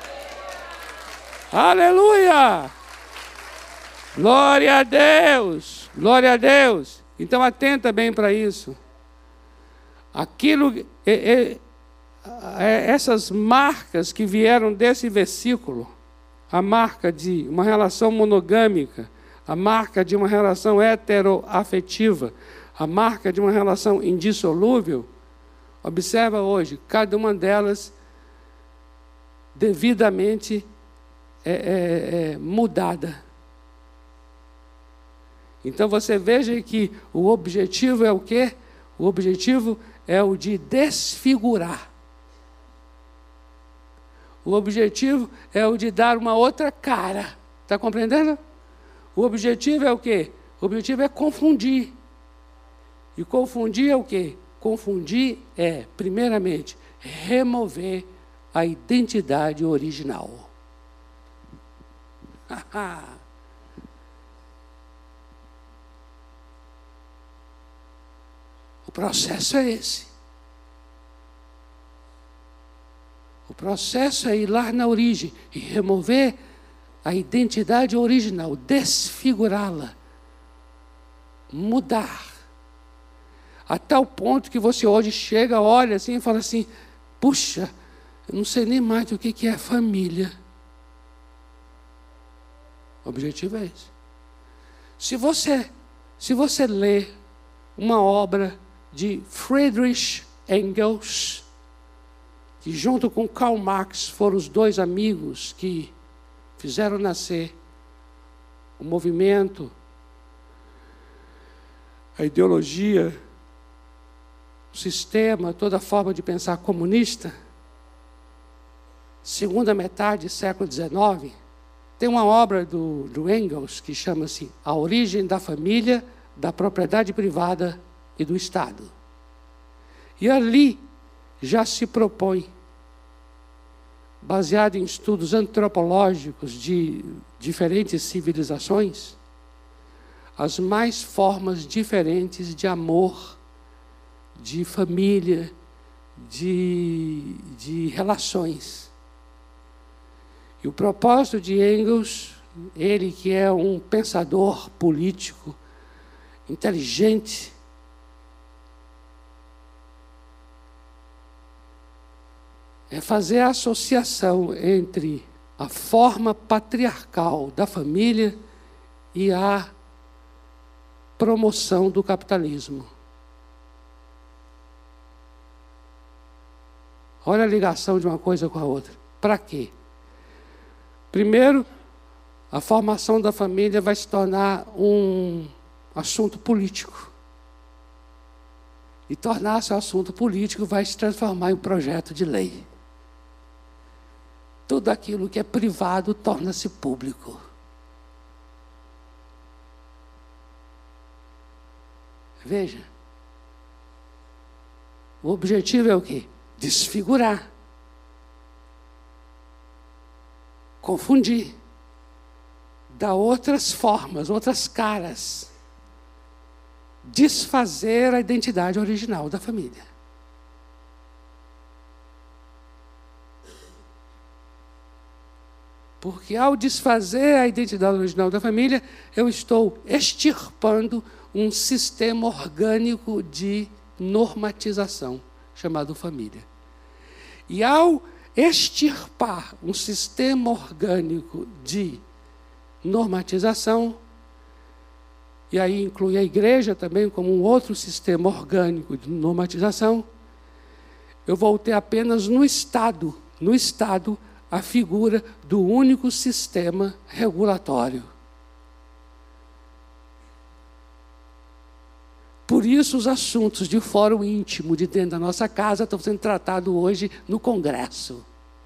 Aleluia! Glória a Deus! Glória a Deus! Então atenta bem para isso. Aquilo, é, é, é, essas marcas que vieram desse versículo, a marca de uma relação monogâmica, a marca de uma relação heteroafetiva, a marca de uma relação indissolúvel, observa hoje, cada uma delas devidamente é, é, é, mudada. Então você veja que o objetivo é o quê? O objetivo é o de desfigurar. O objetivo é o de dar uma outra cara. Está compreendendo? O objetivo é o quê? O objetivo é confundir. E confundir é o quê? Confundir é, primeiramente, remover a identidade original. O processo é esse. O processo é ir lá na origem e remover a identidade original, desfigurá-la, mudar. A tal ponto que você hoje chega, olha assim e fala assim, puxa, eu não sei nem mais o que é família. O objetivo é esse. Se você, se você ler uma obra de Friedrich Engels, que junto com Karl Marx foram os dois amigos que fizeram nascer o movimento, a ideologia, o sistema, toda a forma de pensar comunista, segunda metade do século dezenove, tem uma obra do, do Engels que chama-se A Origem da Família, da Propriedade Privada e do Estado. E ali já se propõe, baseado em estudos antropológicos de diferentes civilizações, as mais formas diferentes de amor, de família, de, de relações. E o propósito de Engels, ele que é um pensador político, inteligente, é fazer a associação entre a forma patriarcal da família e a promoção do capitalismo. Olha a ligação de uma coisa com a outra. Para quê? Primeiro, a formação da família vai se tornar um assunto político. E tornar-se um assunto político vai se transformar em um projeto de lei. Tudo aquilo que é privado torna-se público. Veja. O objetivo é o quê? Desfigurar. Confundir. Dar outras formas, outras caras. Desfazer a identidade original da família. Porque ao desfazer a identidade original da família, eu estou extirpando um sistema orgânico de normatização, chamado família. E ao extirpar um sistema orgânico de normatização, e aí inclui a igreja também como um outro sistema orgânico de normatização, eu vou ter apenas no Estado, no Estado, a figura do único sistema regulatório. Por isso os assuntos de fórum íntimo de dentro da nossa casa estão sendo tratados hoje no Congresso.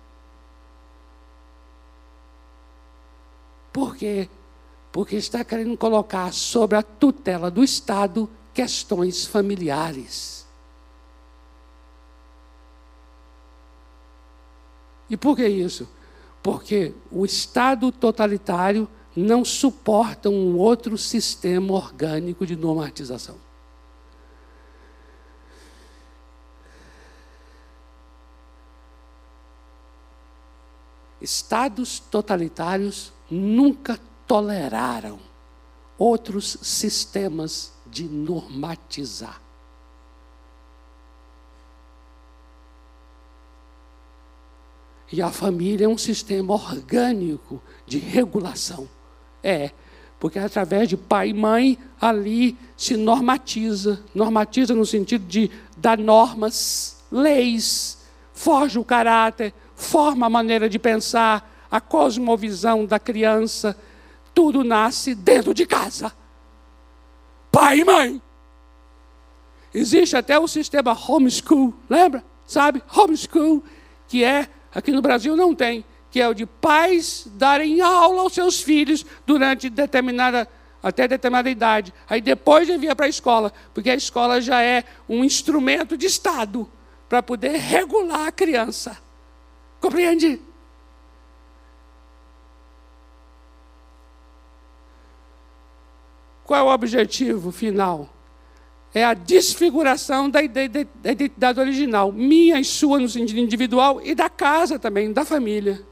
Por quê? Porque está querendo colocar sobre a tutela do Estado questões familiares. E por que isso? Porque o Estado totalitário não suporta um outro sistema orgânico de normatização. Estados totalitários nunca toleraram outros sistemas de normatizar. E a família é um sistema orgânico de regulação. É, porque através de pai e mãe, ali se normatiza. Normatiza no sentido de dar normas, leis, forja o caráter, forma a maneira de pensar, a cosmovisão da criança. Tudo nasce dentro de casa. Pai e mãe. Existe até o sistema homeschool, lembra? Sabe? Homeschool, que é... Aqui no Brasil não tem, que é o de pais darem aula aos seus filhos durante determinada, até determinada idade. Aí depois envia para a escola, porque a escola já é um instrumento de Estado para poder regular a criança. Compreende? Qual é o objetivo final? É a desfiguração da identidade original, minha e sua no sentido individual, e da casa também, da família.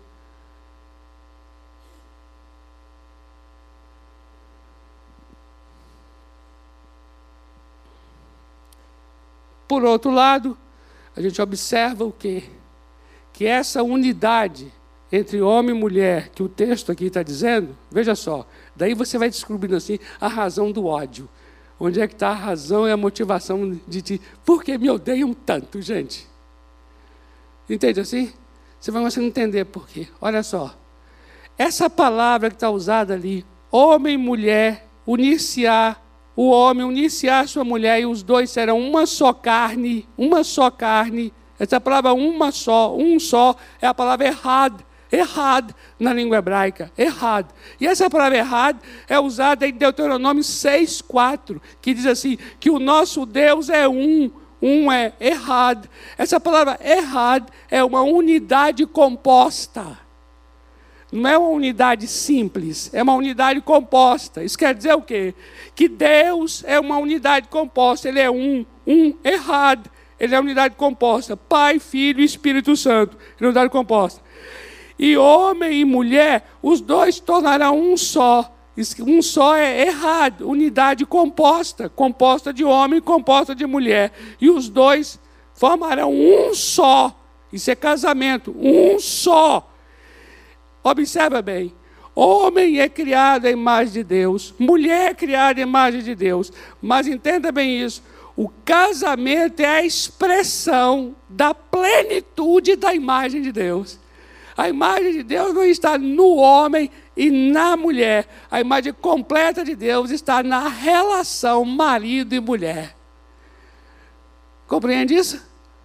Por outro lado, a gente observa o quê? Que essa unidade entre homem e mulher, que o texto aqui está dizendo, veja só, daí você vai descobrindo assim a razão do ódio. Onde é que está a razão e a motivação de ti? Por que me odeiam tanto, gente? Entende assim? Você vai começar a entender por quê. Olha só. Essa palavra que está usada ali, homem e mulher, unir-se-á, o homem unir-se-á a sua mulher, e os dois serão uma só carne, uma só carne. Essa palavra uma só, um só, é a palavra errad. Errad na língua hebraica, errad. E essa palavra errad é usada em Deuteronômio seis, quatro, que diz assim, que o nosso Deus é um, um é errad. Essa palavra errad é uma unidade composta. Não é uma unidade simples, é uma unidade composta. Isso quer dizer o quê? Que Deus é uma unidade composta, Ele é um, um errad. Ele é uma unidade composta, Pai, Filho e Espírito Santo, Ele é uma unidade composta. E homem e mulher, os dois tornarão um só. Um só é errado, unidade composta, composta de homem, composta de mulher. E os dois formarão um só. Isso é casamento, um só. Observa bem, homem é criado à imagem de Deus, mulher é criada à imagem de Deus. Mas entenda bem isso, o casamento é a expressão da plenitude da imagem de Deus. A imagem de Deus não está no homem e na mulher. A imagem completa de Deus está na relação marido e mulher. Compreende isso?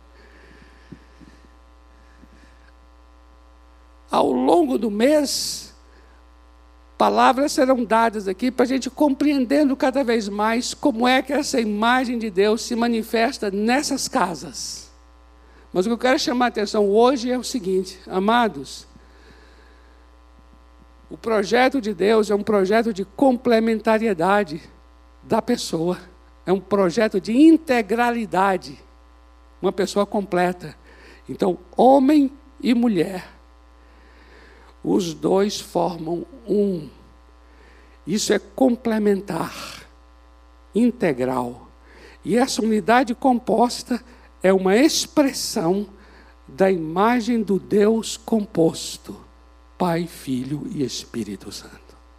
Ao longo do mês, palavras serão dadas aqui para a gente compreendendo cada vez mais como é que essa imagem de Deus se manifesta nessas casas. Mas o que eu quero chamar a atenção hoje é o seguinte, amados, o projeto de Deus é um projeto de complementariedade da pessoa, é um projeto de integralidade, uma pessoa completa. Então, homem e mulher. Os dois formam um. Isso é complementar, integral. E essa unidade composta é uma expressão da imagem do Deus composto, Pai, Filho e Espírito Santo.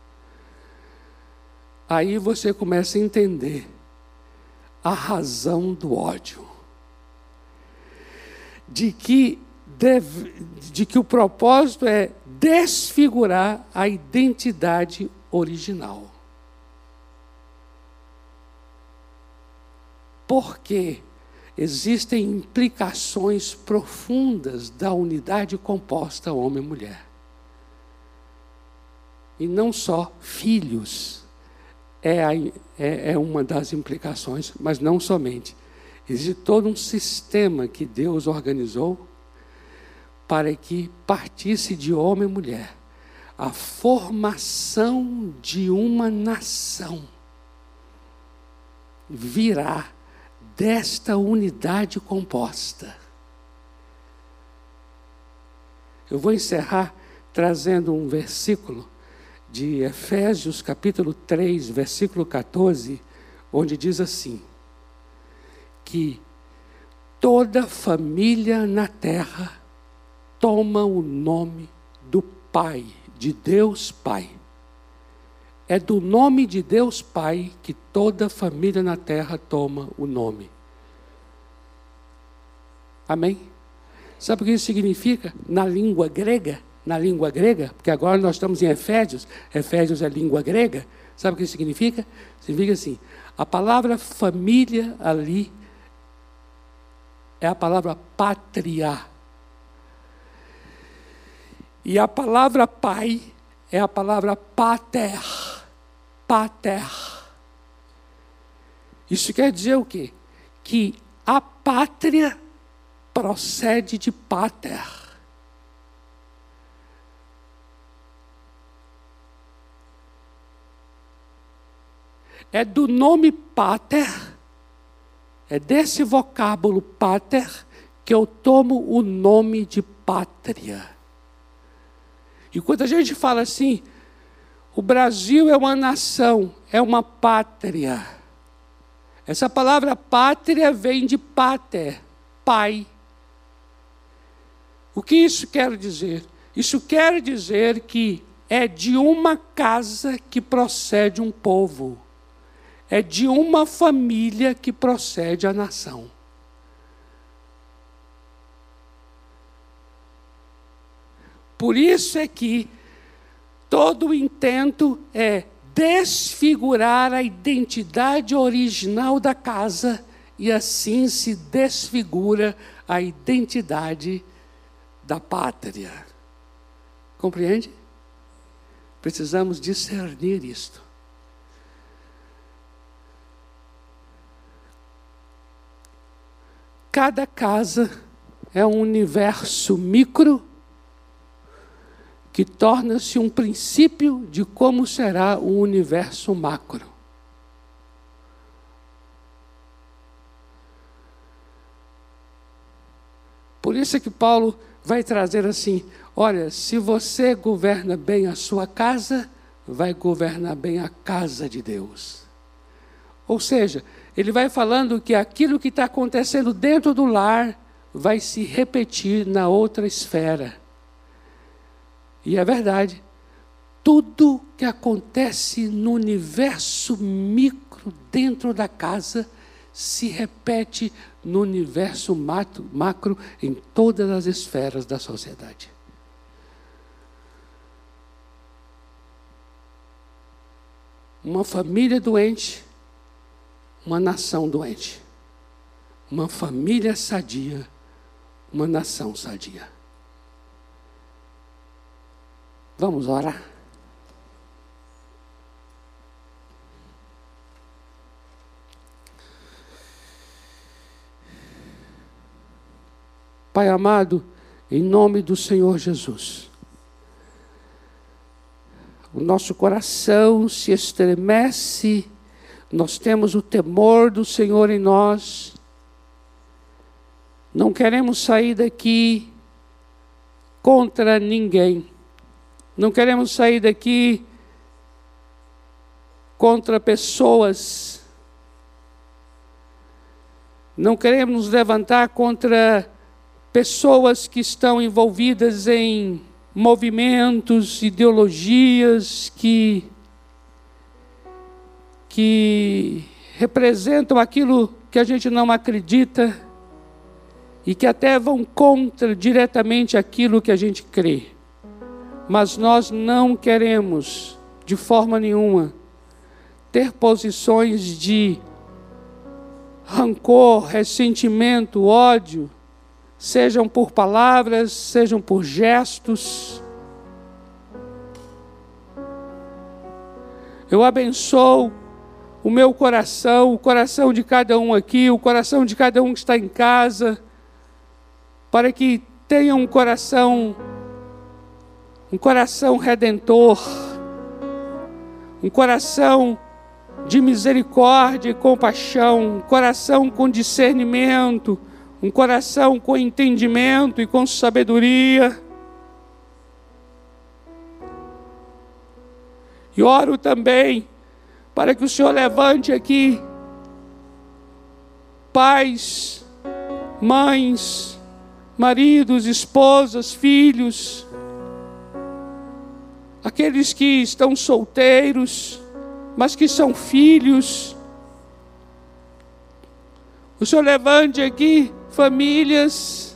Aí você começa a entender a razão do ódio. De que, deve, de que o propósito é desfigurar a identidade original. Porque existem implicações profundas da unidade composta homem e mulher. E não só filhos é, a, é, é uma das implicações, mas não somente. Existe todo um sistema que Deus organizou para que partisse de homem e mulher a formação de uma nação virá desta unidade composta. Eu vou encerrar trazendo um versículo de Efésios capítulo três, versículo quatorze, onde diz assim, que toda família na terra toma o nome do Pai, de Deus Pai. É do nome de Deus Pai que toda família na terra toma o nome. Amém? Sabe o que isso significa? Na língua grega, na língua grega, porque agora nós estamos em Efésios, Efésios é língua grega, sabe o que isso significa? Significa assim, a palavra família ali é a palavra pátria. E a palavra pai é a palavra pater. Pater. Isso quer dizer o quê? Que a pátria procede de pater. É do nome pater, é desse vocábulo pater que eu tomo o nome de pátria. E quando a gente fala assim, o Brasil é uma nação, é uma pátria. Essa palavra pátria vem de pater, pai. O que isso quer dizer? Isso quer dizer que é de uma casa que procede um povo. É de uma família que procede a nação. Por isso é que todo o intento é desfigurar a identidade original da casa e assim se desfigura a identidade da pátria. Compreende? Precisamos discernir isto. Cada casa é um universo micro que torna-se um princípio de como será o universo macro. Por isso é que Paulo vai trazer assim, olha, se você governa bem a sua casa, vai governar bem a casa de Deus. Ou seja, ele vai falando que aquilo que está acontecendo dentro do lar vai se repetir na outra esfera. E é verdade, tudo que acontece no universo micro dentro da casa se repete no universo macro em todas as esferas da sociedade. Uma família doente, uma nação doente. Uma família sadia, uma nação sadia. Vamos orar? Pai amado, em nome do Senhor Jesus, o nosso coração se estremece, nós temos o temor do Senhor em nós, não queremos sair daqui contra ninguém, Não queremos sair daqui contra pessoas. Não queremos nos levantar contra pessoas que estão envolvidas em movimentos, ideologias que, que representam aquilo que a gente não acredita e que até vão contra diretamente aquilo que a gente crê. Mas nós não queremos, de forma nenhuma, ter posições de rancor, ressentimento, ódio, sejam por palavras, sejam por gestos. Eu abençoo o meu coração, o coração de cada um aqui, o coração de cada um que está em casa, para que tenha um coração, um coração redentor, um coração de misericórdia e compaixão, um coração com discernimento, um coração com entendimento e com sabedoria. E oro também para que o Senhor levante aqui pais, mães, maridos, esposas, filhos, aqueles que estão solteiros, mas que são filhos. O Senhor levante aqui famílias,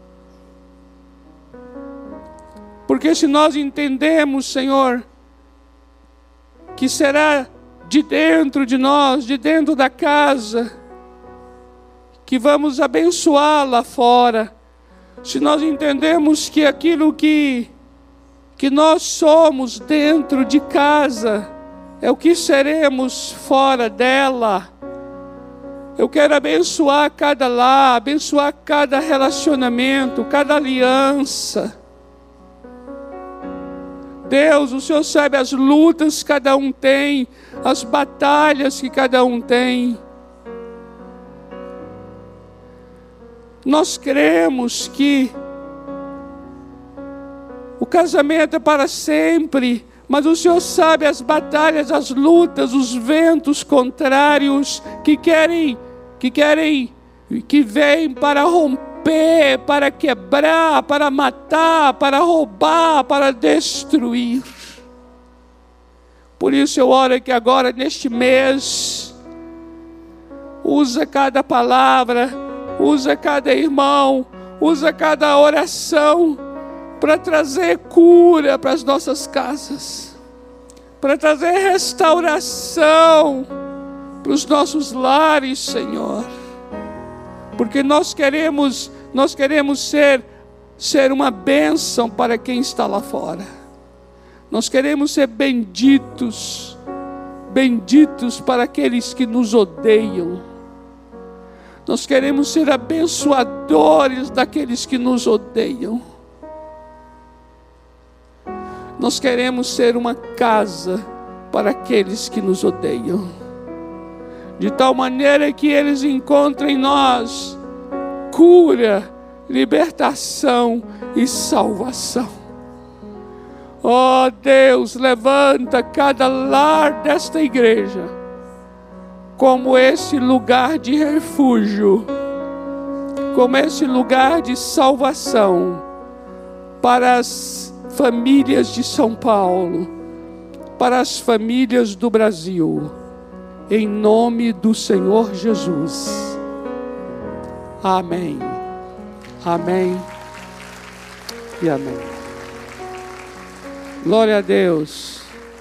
porque se nós entendemos, Senhor, que será de dentro de nós, de dentro da casa, que vamos abençoar lá fora, se nós entendemos que aquilo que, que nós somos dentro de casa, é o que seremos fora dela. Eu quero abençoar cada lar, abençoar cada relacionamento, cada aliança. Deus, o Senhor sabe as lutas que cada um tem, as batalhas que cada um tem. Nós cremos que o casamento é para sempre, mas o Senhor sabe as batalhas, as lutas, os ventos contrários que querem, que querem, que vêm para romper, para quebrar, para matar, para roubar, para destruir. Por isso eu oro que agora neste mês, usa cada palavra, usa cada irmão, usa cada oração, para trazer cura para as nossas casas, para trazer restauração para os nossos lares, Senhor, porque nós queremos, nós queremos ser, ser uma bênção para quem está lá fora. Nós queremos ser benditos, benditos para aqueles que nos odeiam. Nós queremos ser abençoadores daqueles que nos odeiam. Nós queremos ser uma casa para aqueles que nos odeiam, de tal maneira que eles encontrem em nós cura, libertação e salvação. Ó Deus, levanta cada lar desta igreja como esse lugar de refúgio, como esse lugar de salvação para as famílias de São Paulo, para as famílias do Brasil, em nome do Senhor Jesus. Amém. Amém e amém. Glória a Deus.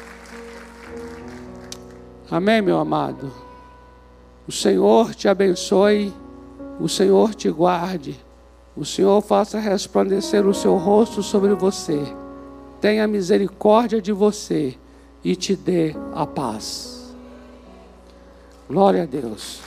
Amém, meu amado. O Senhor te abençoe, o Senhor te guarde, o Senhor faça resplandecer o seu rosto sobre você, tenha misericórdia de você e te dê a paz. Glória a Deus.